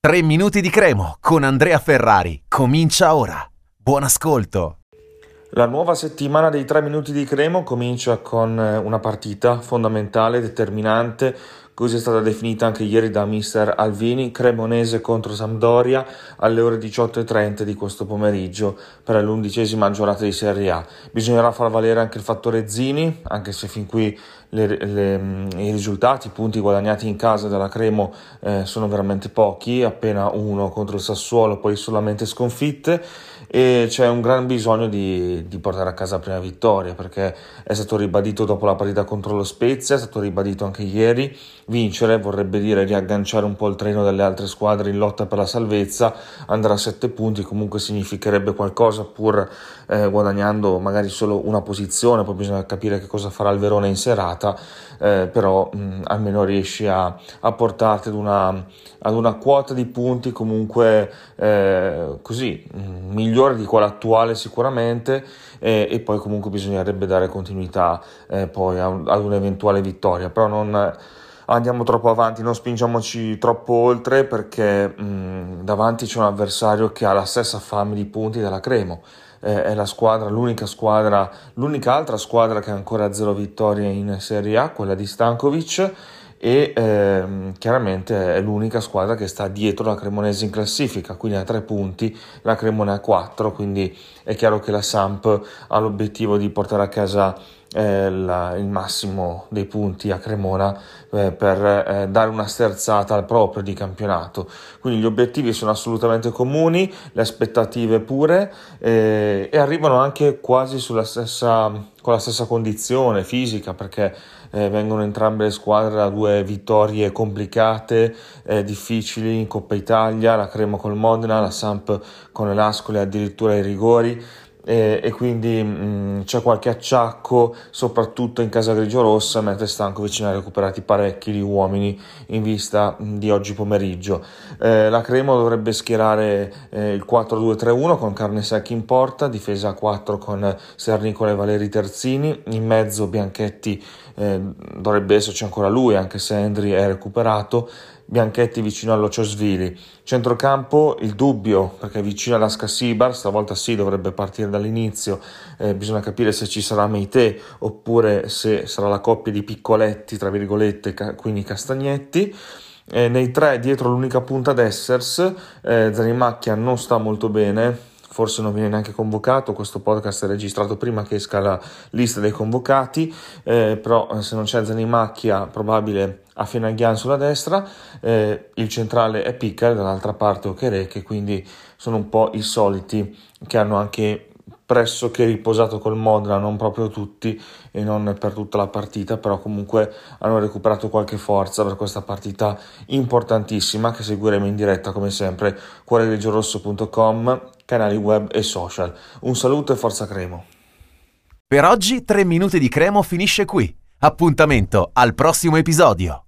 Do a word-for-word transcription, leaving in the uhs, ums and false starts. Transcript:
tre minuti di Cremo con Andrea Ferrari. Comincia ora. Buon ascolto. La nuova settimana dei tre minuti di Cremo comincia con una partita fondamentale, determinante, così è stata definita anche ieri da mister Alvini, Cremonese contro Sampdoria alle ore diciotto e trenta di questo pomeriggio per l'undicesima giornata di Serie A. Bisognerà far valere anche il fattore Zini, anche se fin qui le, le, i risultati, i punti guadagnati in casa della Cremo eh, sono veramente pochi, appena uno contro il Sassuolo, poi solamente sconfitte, e c'è un gran bisogno di, di portare a casa la prima vittoria, perché è stato ribadito dopo la partita contro lo Spezia, è stato ribadito anche ieri. Vincere vorrebbe dire riagganciare un po' il treno delle altre squadre in lotta per la salvezza, andare a sette punti comunque significherebbe qualcosa, pur eh, guadagnando magari solo una posizione, poi bisogna capire che cosa farà il Verona in serata, eh, però mh, almeno riesci a, a portarti ad una, ad una quota di punti comunque eh, così mh, migliore di quella attuale sicuramente, eh, e poi comunque bisognerebbe dare continuità eh, poi a, ad un'eventuale vittoria, però non andiamo troppo avanti, non spingiamoci troppo oltre, perché mh, davanti c'è un avversario che ha la stessa fame di punti della Cremo. Eh, è la squadra, l'unica squadra, l'unica altra squadra che ha ancora zero vittorie in Serie A, quella di Stankovic, e ehm, chiaramente è l'unica squadra che sta dietro la Cremonese in classifica, quindi ha tre punti, la Cremone ha quattro, quindi è chiaro che la Samp ha l'obiettivo di portare a casa eh, la, il massimo dei punti a Cremona eh, per eh, dare una sterzata al proprio di campionato. Quindi gli obiettivi sono assolutamente comuni, le aspettative pure, eh, e arrivano anche quasi sulla stessa, con la stessa condizione fisica, perché Eh, vengono entrambe le squadre da due vittorie complicate, eh, difficili in Coppa Italia, la Cremo col Modena, la Samp con l'Ascoli addirittura ai rigori, e, e quindi mh, c'è qualche acciacco soprattutto in casa grigiorossa, mentre Stankovic ne ha recuperati parecchi di uomini in vista mh, di oggi pomeriggio. Eh, la Cremo dovrebbe schierare eh, il quattro due tre uno con Carnesecchi in porta, difesa a quattro con Sernicola e Valeri terzini, in mezzo Bianchetti, eh, dovrebbe esserci ancora lui anche se Endri è recuperato, Bianchetti vicino all'Ociosvili. Centrocampo il dubbio, perché vicino alla Scasibar, stavolta sì dovrebbe partire dall'inizio, eh, bisogna capire se ci sarà Meite oppure se sarà la coppia di piccoletti tra virgolette, ca- quindi Castagnetti. Eh, nei tre dietro l'unica punta Dessers, eh, Zanimacchia non sta molto bene, forse non viene neanche convocato. Questo podcast è registrato prima che esca la lista dei convocati, eh, però se non c'è Zanimacchia probabile a Afenaghian sulla destra, eh, il centrale è Picker, dall'altra parte Okereke, quindi sono un po' i soliti che hanno anche pressoché riposato col Modena, non proprio tutti e non per tutta la partita, però comunque hanno recuperato qualche forza per questa partita importantissima che seguiremo in diretta come sempre cuoregrigio-rosso punto com, canali web e social. Un saluto e forza Cremo. Per oggi tre minuti di Cremo finisce qui. Appuntamento al prossimo episodio.